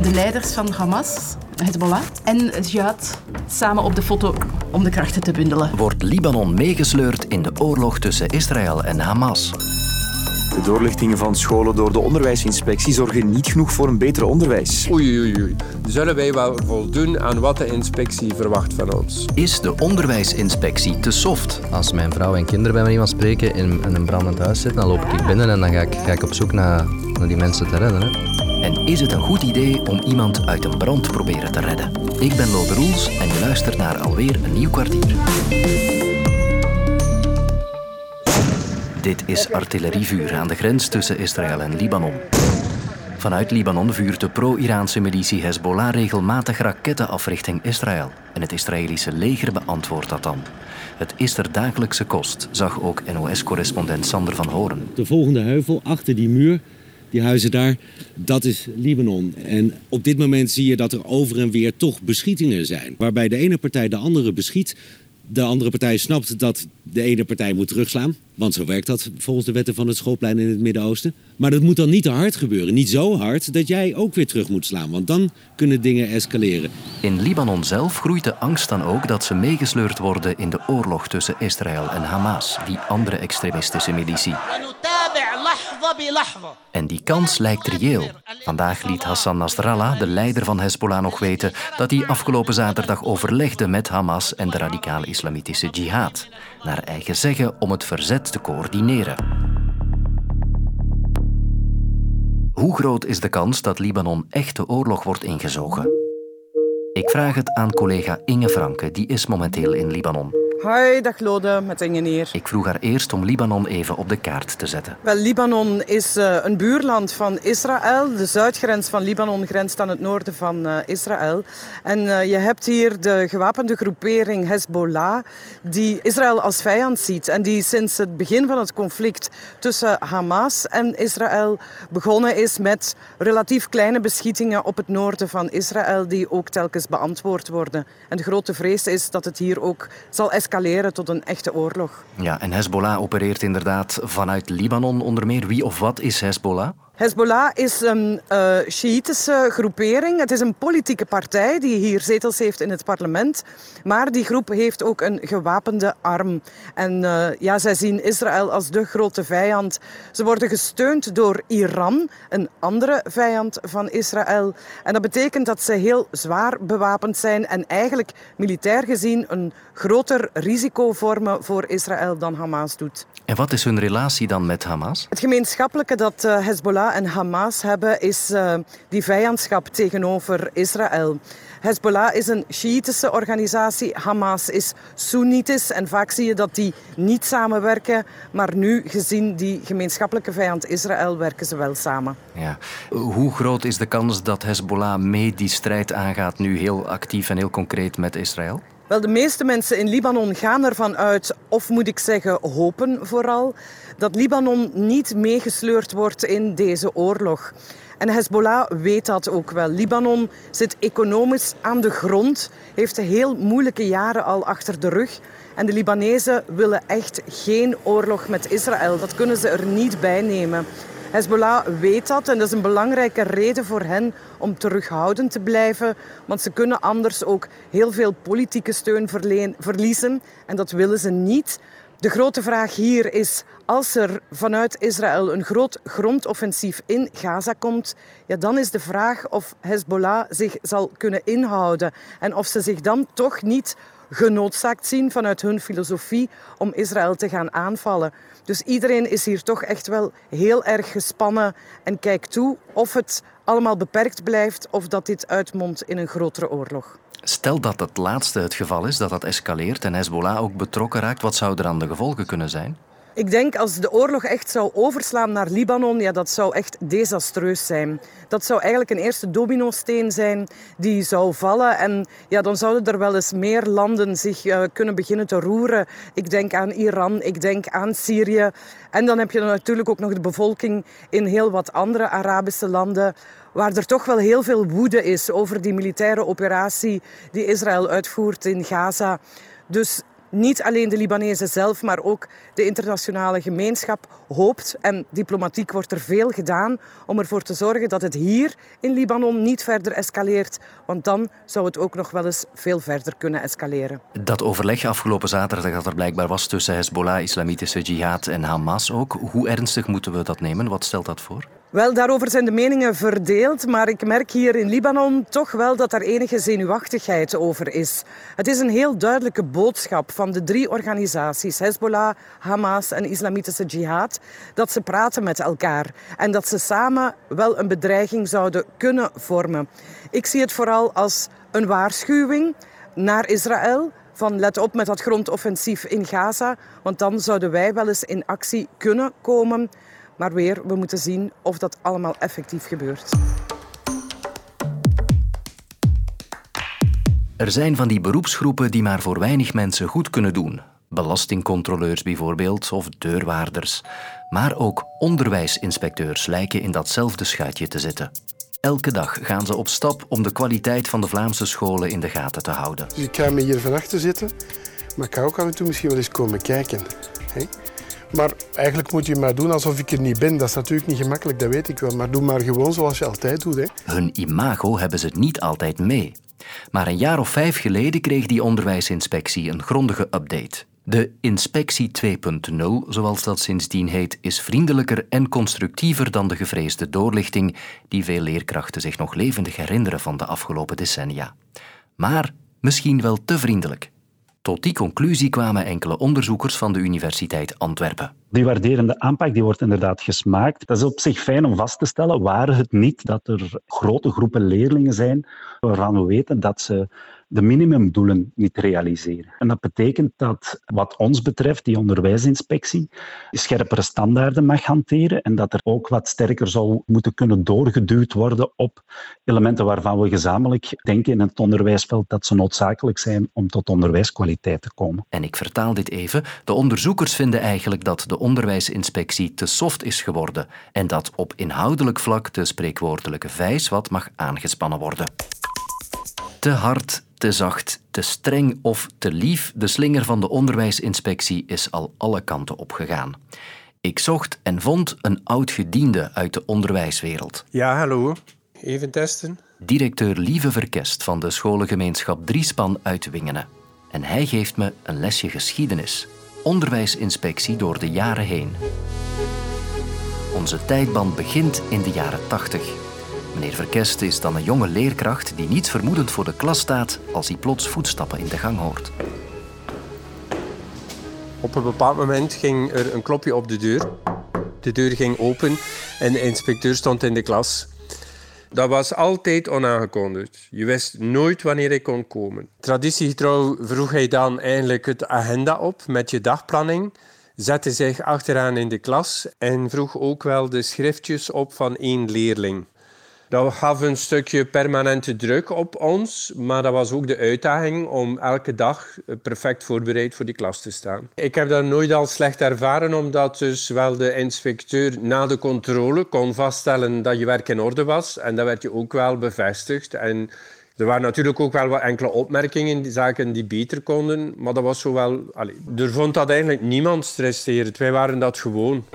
de leiders van Hamas, Hezbollah en Jihad samen op de foto om de krachten te bundelen. Wordt Libanon meegesleurd in de oorlog tussen Israël en Hamas? De doorlichtingen van scholen door de onderwijsinspectie zorgen niet genoeg voor een beter onderwijs. Oei. Zullen wij wel voldoen aan wat de inspectie verwacht van ons? Is de onderwijsinspectie te soft? Als mijn vrouw en kinderen bij mij iemand spreken in een brandend huis zitten, dan loop ik binnen en dan ga ik op zoek naar die mensen te redden. Hè. En is het een goed idee om iemand uit een brand proberen te redden? Ik ben Lode Roels en je luistert naar alweer een nieuw kwartier. Dit is artillerievuur aan de grens tussen Israël en Libanon. Vanuit Libanon vuurt de pro-Iraanse militie Hezbollah regelmatig raketten af richting Israël. En het Israëlische leger beantwoordt dat dan. Het is er dagelijkse kost, zag ook NOS-correspondent Sander van Horen. De volgende heuvel achter die muur, die huizen daar, dat is Libanon. En op dit moment zie je dat er over en weer toch beschietingen zijn. Waarbij de ene partij de andere beschiet. De andere partij snapt dat de ene partij moet terugslaan. Want zo werkt dat volgens de wetten van het schoolplein in het Midden-Oosten. Maar dat moet dan niet te hard gebeuren. Niet zo hard dat jij ook weer terug moet slaan. Want dan kunnen dingen escaleren. In Libanon zelf groeit de angst dan ook dat ze meegesleurd worden in de oorlog tussen Israël en Hamas, die andere extremistische militie. En die kans lijkt reëel. Vandaag liet Hassan Nasrallah, de leider van Hezbollah, nog weten dat hij afgelopen zaterdag overlegde met Hamas en de radicale islamitische jihad. Naar eigen zeggen om het verzet te coördineren. Hoe groot is de kans dat Libanon echt de oorlog wordt ingezogen? Ik vraag het aan collega Inge Franke, die is momenteel in Libanon. Hoi, dag Lode, met Inge hier. Ik vroeg haar eerst om Libanon even op de kaart te zetten. Wel, Libanon is een buurland van Israël. De zuidgrens van Libanon grenst aan het noorden van Israël. En je hebt hier de gewapende groepering Hezbollah, die Israël als vijand ziet. En die sinds het begin van het conflict tussen Hamas en Israël begonnen is met relatief kleine beschietingen op het noorden van Israël, die ook telkens beantwoord worden. En de grote vrees is dat het hier ook zal escaleren tot een echte oorlog. Ja, en Hezbollah opereert inderdaad vanuit Libanon onder meer. Wie of wat is Hezbollah? Hezbollah is een Sjiïtische groepering. Het is een politieke partij die hier zetels heeft in het parlement. Maar die groep heeft ook een gewapende arm. En zij zien Israël als de grote vijand. Ze worden gesteund door Iran, een andere vijand van Israël. En dat betekent dat ze heel zwaar bewapend zijn en eigenlijk militair gezien een groter risico vormen voor Israël dan Hamas doet. En wat is hun relatie dan met Hamas? Het gemeenschappelijke dat Hezbollah en Hamas hebben is die vijandschap tegenover Israël. Hezbollah is een Sjiïtische organisatie, Hamas is Soenitisch en vaak zie je dat die niet samenwerken. Maar nu, gezien die gemeenschappelijke vijand Israël, werken ze wel samen. Ja. Hoe groot is de kans dat Hezbollah mee die strijd aangaat, nu heel actief en heel concreet met Israël? Wel, de meeste mensen in Libanon gaan ervan uit, of moet ik zeggen hopen vooral, dat Libanon niet meegesleurd wordt in deze oorlog. En Hezbollah weet dat ook wel. Libanon zit economisch aan de grond, heeft heel moeilijke jaren al achter de rug. En de Libanezen willen echt geen oorlog met Israël. Dat kunnen ze er niet bij nemen. Hezbollah weet dat en dat is een belangrijke reden voor hen om terughoudend te blijven. Want ze kunnen anders ook heel veel politieke steun verliezen en dat willen ze niet. De grote vraag hier is, als er vanuit Israël een groot grondoffensief in Gaza komt, ja, dan is de vraag of Hezbollah zich zal kunnen inhouden en of ze zich dan toch niet genoodzaakt zien vanuit hun filosofie om Israël te gaan aanvallen. Dus iedereen is hier toch echt wel heel erg gespannen en kijkt toe of het allemaal beperkt blijft of dat dit uitmondt in een grotere oorlog. Stel dat het laatste het geval is, dat dat escaleert en Hezbollah ook betrokken raakt, wat zouden dan de gevolgen kunnen zijn? Ik denk als de oorlog echt zou overslaan naar Libanon, ja, dat zou echt desastreus zijn. Dat zou eigenlijk een eerste dominosteen zijn die zou vallen. En ja, dan zouden er wel eens meer landen zich kunnen beginnen te roeren. Ik denk aan Iran, ik denk aan Syrië. En dan heb je natuurlijk ook nog de bevolking in heel wat andere Arabische landen, waar er toch wel heel veel woede is over die militaire operatie die Israël uitvoert in Gaza. Dus niet alleen de Libanezen zelf, maar ook de internationale gemeenschap hoopt. En diplomatiek wordt er veel gedaan om ervoor te zorgen dat het hier in Libanon niet verder escaleert. Want dan zou het ook nog wel eens veel verder kunnen escaleren. Dat overleg afgelopen zaterdag dat er blijkbaar was tussen Hezbollah, Islamitische Jihad en Hamas ook. Hoe ernstig moeten we dat nemen? Wat stelt dat voor? Wel, daarover zijn de meningen verdeeld, maar ik merk hier in Libanon toch wel dat er enige zenuwachtigheid over is. Het is een heel duidelijke boodschap van de 3 organisaties, Hezbollah, Hamas en Islamitische Jihad, dat ze praten met elkaar en dat ze samen wel een bedreiging zouden kunnen vormen. Ik zie het vooral als een waarschuwing naar Israël, van let op met dat grondoffensief in Gaza, want dan zouden wij wel eens in actie kunnen komen. Maar weer, we moeten zien of dat allemaal effectief gebeurt. Er zijn van die beroepsgroepen die maar voor weinig mensen goed kunnen doen. Belastingcontroleurs bijvoorbeeld, of deurwaarders. Maar ook onderwijsinspecteurs lijken in datzelfde schuitje te zitten. Elke dag gaan ze op stap om de kwaliteit van de Vlaamse scholen in de gaten te houden. Dus ik ga me hier van achter zitten, maar ik ga ook af en toe misschien wel eens komen kijken. Hè? Maar eigenlijk moet je maar doen alsof ik er niet ben. Dat is natuurlijk niet gemakkelijk, dat weet ik wel. Maar doe maar gewoon zoals je altijd doet. Hè. Hun imago hebben ze niet altijd mee. Maar een jaar of 5 geleden kreeg die onderwijsinspectie een grondige update. De Inspectie 2.0, zoals dat sindsdien heet, is vriendelijker en constructiever dan de gevreesde doorlichting die veel leerkrachten zich nog levendig herinneren van de afgelopen decennia. Maar misschien wel te vriendelijk. Tot die conclusie kwamen enkele onderzoekers van de Universiteit Antwerpen. Die waarderende aanpak die wordt inderdaad gesmaakt. Dat is op zich fijn om vast te stellen. Waar het niet dat er grote groepen leerlingen zijn waarvan we weten dat ze de minimumdoelen niet realiseren. En dat betekent dat wat ons betreft die onderwijsinspectie scherpere standaarden mag hanteren en dat er ook wat sterker zal moeten kunnen doorgeduwd worden op elementen waarvan we gezamenlijk denken in het onderwijsveld dat ze noodzakelijk zijn om tot onderwijskwaliteit te komen. En ik vertaal dit even. De onderzoekers vinden eigenlijk dat de onderwijsinspectie te soft is geworden en dat op inhoudelijk vlak de spreekwoordelijke vijs wat mag aangespannen worden. Te hard, te zacht, te streng of te lief, de slinger van de onderwijsinspectie is al alle kanten opgegaan. Ik zocht en vond een oud-gediende uit de onderwijswereld. Ja, hallo. Even testen. Directeur Lieve Verkest van de scholengemeenschap Driespan uit Wingenen. En hij geeft me een lesje geschiedenis. Onderwijsinspectie door de jaren heen. Onze tijdband begint in de jaren 80. Meneer Verkest is dan een jonge leerkracht die niets vermoedend voor de klas staat als hij plots voetstappen in de gang hoort. Op een bepaald moment ging er een klopje op de deur. De deur ging open en de inspecteur stond in de klas. Dat was altijd onaangekondigd. Je wist nooit wanneer hij kon komen. Traditiegetrouw vroeg hij dan eigenlijk het agenda op met je dagplanning, zette zich achteraan in de klas en vroeg ook wel de schriftjes op van 1 leerling. Dat gaf een stukje permanente druk op ons, maar dat was ook de uitdaging om elke dag perfect voorbereid voor die klas te staan. Ik heb dat nooit al slecht ervaren, omdat dus wel de inspecteur na de controle kon vaststellen dat je werk in orde was. En dat werd je ook wel bevestigd. En er waren natuurlijk ook wel wat enkele opmerkingen, die zaken die beter konden, maar dat was zo wel... er vond dat eigenlijk niemand stresserend. Wij waren dat gewoon.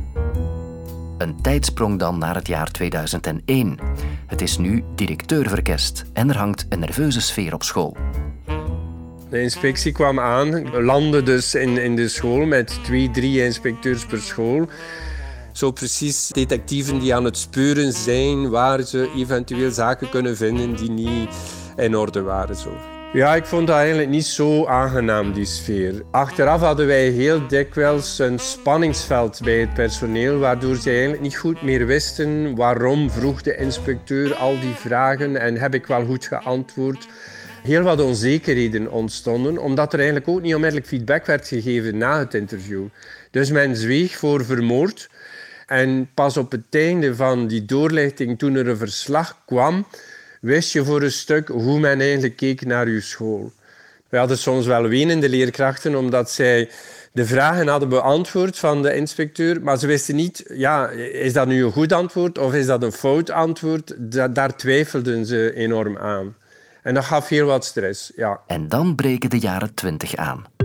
Een tijdsprong dan naar het jaar 2001. Het is nu directeur Verkest en er hangt een nerveuze sfeer op school. De inspectie kwam aan, landde dus in de school met 2-3 inspecteurs per school. Zo precies detectieven die aan het speuren zijn waar ze eventueel zaken kunnen vinden die niet in orde waren. Zo. Ja, ik vond dat eigenlijk niet zo aangenaam, die sfeer. Achteraf hadden wij heel dikwijls een spanningsveld bij het personeel, waardoor ze eigenlijk niet goed meer wisten waarom vroeg de inspecteur al die vragen en heb ik wel goed geantwoord. Heel wat onzekerheden ontstonden, omdat er eigenlijk ook niet onmiddellijk feedback werd gegeven na het interview. Dus men zweeg voor vermoord. En pas op het einde van die doorlichting, toen er een verslag kwam, wist je voor een stuk hoe men eigenlijk keek naar uw school. We hadden soms wel wenende leerkrachten, omdat zij de vragen hadden beantwoord van de inspecteur, maar ze wisten niet, ja, is dat nu een goed antwoord of is dat een fout antwoord? Daar twijfelden ze enorm aan. En dat gaf heel wat stress, ja. En dan breken de jaren 20 aan.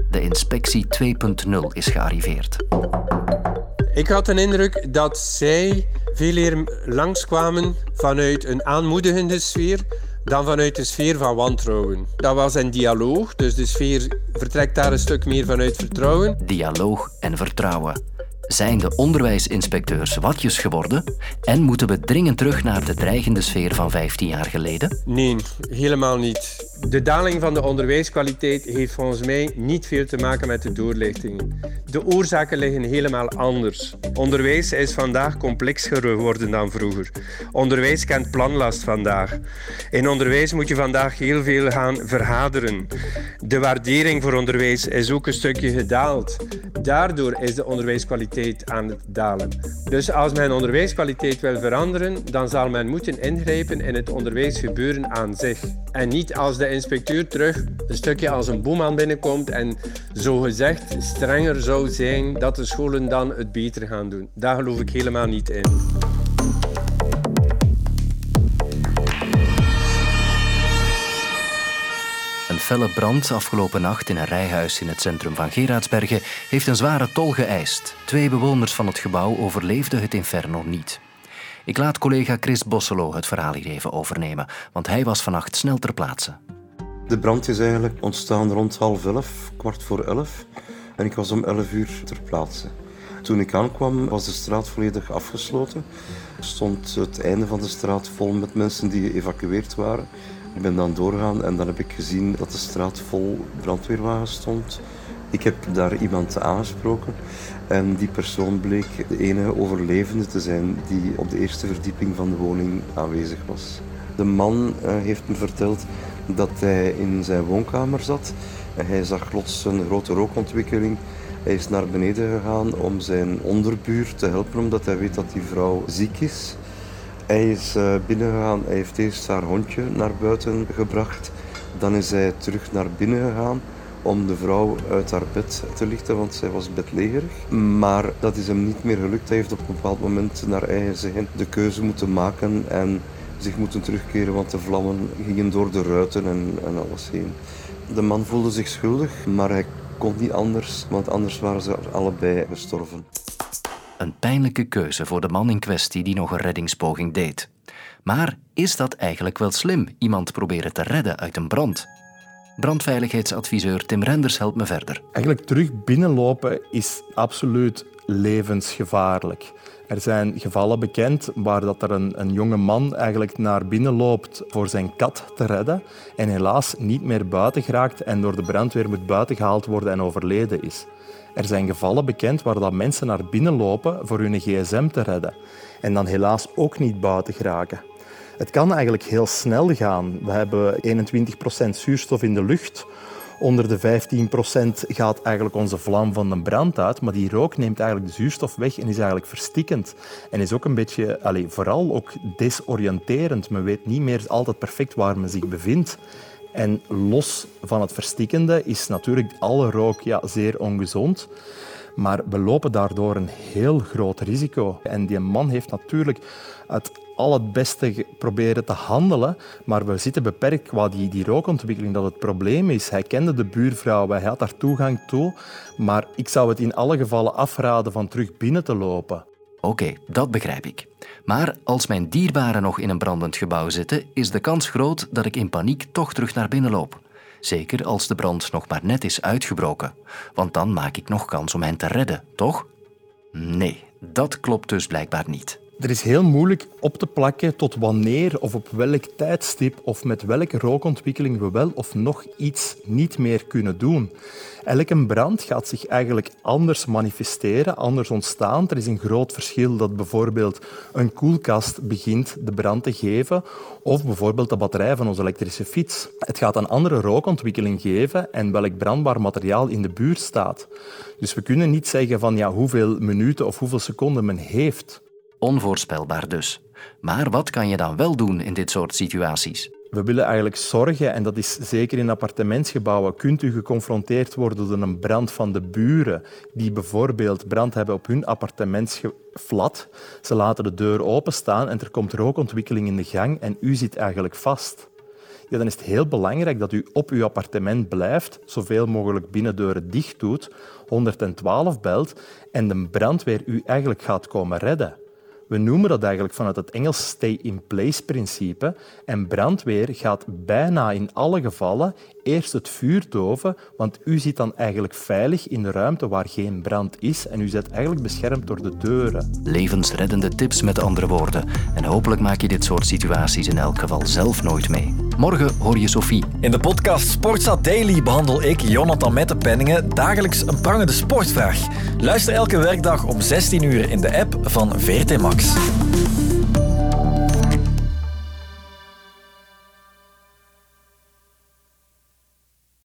De inspectie 2.0 is gearriveerd. Ik had de indruk dat zij veel meer langskwamen vanuit een aanmoedigende sfeer dan vanuit de sfeer van wantrouwen. Dat was een dialoog, dus de sfeer vertrekt daar een stuk meer vanuit vertrouwen. Dialoog en vertrouwen. Zijn de onderwijsinspecteurs watjes geworden en moeten we dringend terug naar de dreigende sfeer van 15 jaar geleden? Nee, helemaal niet. De daling van de onderwijskwaliteit heeft volgens mij niet veel te maken met de doorlichtingen. De oorzaken liggen helemaal anders. Onderwijs is vandaag complexer geworden dan vroeger. Onderwijs kent planlast vandaag. In onderwijs moet je vandaag heel veel gaan vergaderen. De waardering voor onderwijs is ook een stukje gedaald. Daardoor is de onderwijskwaliteit aan het dalen. Dus als men onderwijskwaliteit wil veranderen, dan zal men moeten ingrijpen in het onderwijsgebeuren aan zich. En niet als de inspecteur terug een stukje als een boeman binnenkomt en zogezegd strenger zou zijn dat de scholen dan het beter gaan doen. Daar geloof ik helemaal niet in. Een felle brand afgelopen nacht in een rijhuis in het centrum van Geraardsbergen heeft een zware tol geëist. 2 bewoners van het gebouw overleefden het inferno niet. Ik laat collega Chris Bosselo het verhaal hier even overnemen, want hij was vannacht snel ter plaatse. De brand is eigenlijk ontstaan rond 10:30, 11:15. En ik was om 11 uur ter plaatse. Toen ik aankwam was de straat volledig afgesloten. Er stond het einde van de straat vol met mensen die geëvacueerd waren. Ik ben dan doorgegaan en dan heb ik gezien dat de straat vol brandweerwagens stond. Ik heb daar iemand aangesproken en die persoon bleek de enige overlevende te zijn die op de eerste verdieping van de woning aanwezig was. De man heeft me verteld dat hij in zijn woonkamer zat. Hij zag plots een grote rookontwikkeling. Hij is naar beneden gegaan om zijn onderbuur te helpen, omdat hij weet dat die vrouw ziek is. Hij is binnengegaan, hij heeft eerst haar hondje naar buiten gebracht. Dan is hij terug naar binnen gegaan om de vrouw uit haar bed te lichten, want zij was bedlegerig. Maar dat is hem niet meer gelukt. Hij heeft op een bepaald moment naar eigen zeggen de keuze moeten maken en zich moeten terugkeren, want de vlammen gingen door de ruiten en alles heen. De man voelde zich schuldig, maar hij kon niet anders, want anders waren ze allebei gestorven. Een pijnlijke keuze voor de man in kwestie die nog een reddingspoging deed. Maar is dat eigenlijk wel slim, iemand proberen te redden uit een brand? Brandveiligheidsadviseur Tim Renders helpt me verder. Eigenlijk terug binnenlopen is absoluut levensgevaarlijk. Er zijn gevallen bekend waar dat er een jonge man eigenlijk naar binnen loopt voor zijn kat te redden en helaas niet meer buiten geraakt en door de brandweer moet buitengehaald worden en overleden is. Er zijn gevallen bekend waar dat mensen naar binnen lopen voor hun gsm te redden en dan helaas ook niet buiten geraken. Het kan eigenlijk heel snel gaan. We hebben 21% zuurstof in de lucht. Onder de 15% gaat eigenlijk onze vlam van de brand uit, maar die rook neemt eigenlijk de zuurstof weg en is eigenlijk verstikkend. En is ook een beetje, vooral ook desoriënterend. Men weet niet meer altijd perfect waar men zich bevindt. En los van het verstikkende is natuurlijk alle rook zeer ongezond. Maar we lopen daardoor een heel groot risico. En die man heeft natuurlijk het beste proberen te handelen, maar we zitten beperkt qua die rookontwikkeling dat het probleem is. Hij kende de buurvrouw, hij had daar toegang toe, maar ik zou het in alle gevallen afraden van terug binnen te lopen. Oké, dat begrijp ik. Maar als mijn dierbaren nog in een brandend gebouw zitten, is de kans groot dat ik in paniek toch terug naar binnen loop. Zeker als de brand nog maar net is uitgebroken. Want dan maak ik nog kans om hen te redden, toch? Nee, dat klopt dus blijkbaar niet. Er is heel moeilijk op te plakken tot wanneer of op welk tijdstip of met welke rookontwikkeling we wel of nog iets niet meer kunnen doen. Elke brand gaat zich eigenlijk anders manifesteren, anders ontstaan. Er is een groot verschil dat bijvoorbeeld een koelkast begint de brand te geven of bijvoorbeeld de batterij van onze elektrische fiets. Het gaat een andere rookontwikkeling geven en welk brandbaar materiaal in de buurt staat. Dus we kunnen niet zeggen van hoeveel minuten of hoeveel seconden men heeft. Onvoorspelbaar dus. Maar wat kan je dan wel doen in dit soort situaties? We willen eigenlijk zorgen, en dat is zeker in appartementsgebouwen, kunt u geconfronteerd worden door een brand van de buren die bijvoorbeeld brand hebben op hun appartementsflat. Ze laten de deur openstaan en er komt rookontwikkeling in de gang en u zit eigenlijk vast. ja, dan is het heel belangrijk dat u op uw appartement blijft, zoveel mogelijk binnendeuren dicht doet, 112 belt en de brandweer u eigenlijk gaat komen redden. We noemen dat eigenlijk vanuit het Engels stay-in-place-principe. En brandweer gaat bijna in alle gevallen eerst het vuur doven, want u zit dan eigenlijk veilig in de ruimte waar geen brand is en u zit eigenlijk beschermd door de deuren. Levensreddende tips met andere woorden. En hopelijk maak je dit soort situaties in elk geval zelf nooit mee. Morgen hoor je Sophie. In de podcast Sportza Daily behandel ik, Jonathan Mettepenningen, dagelijks een prangende sportvraag. Luister elke werkdag om 16 uur in de app van VRT Max.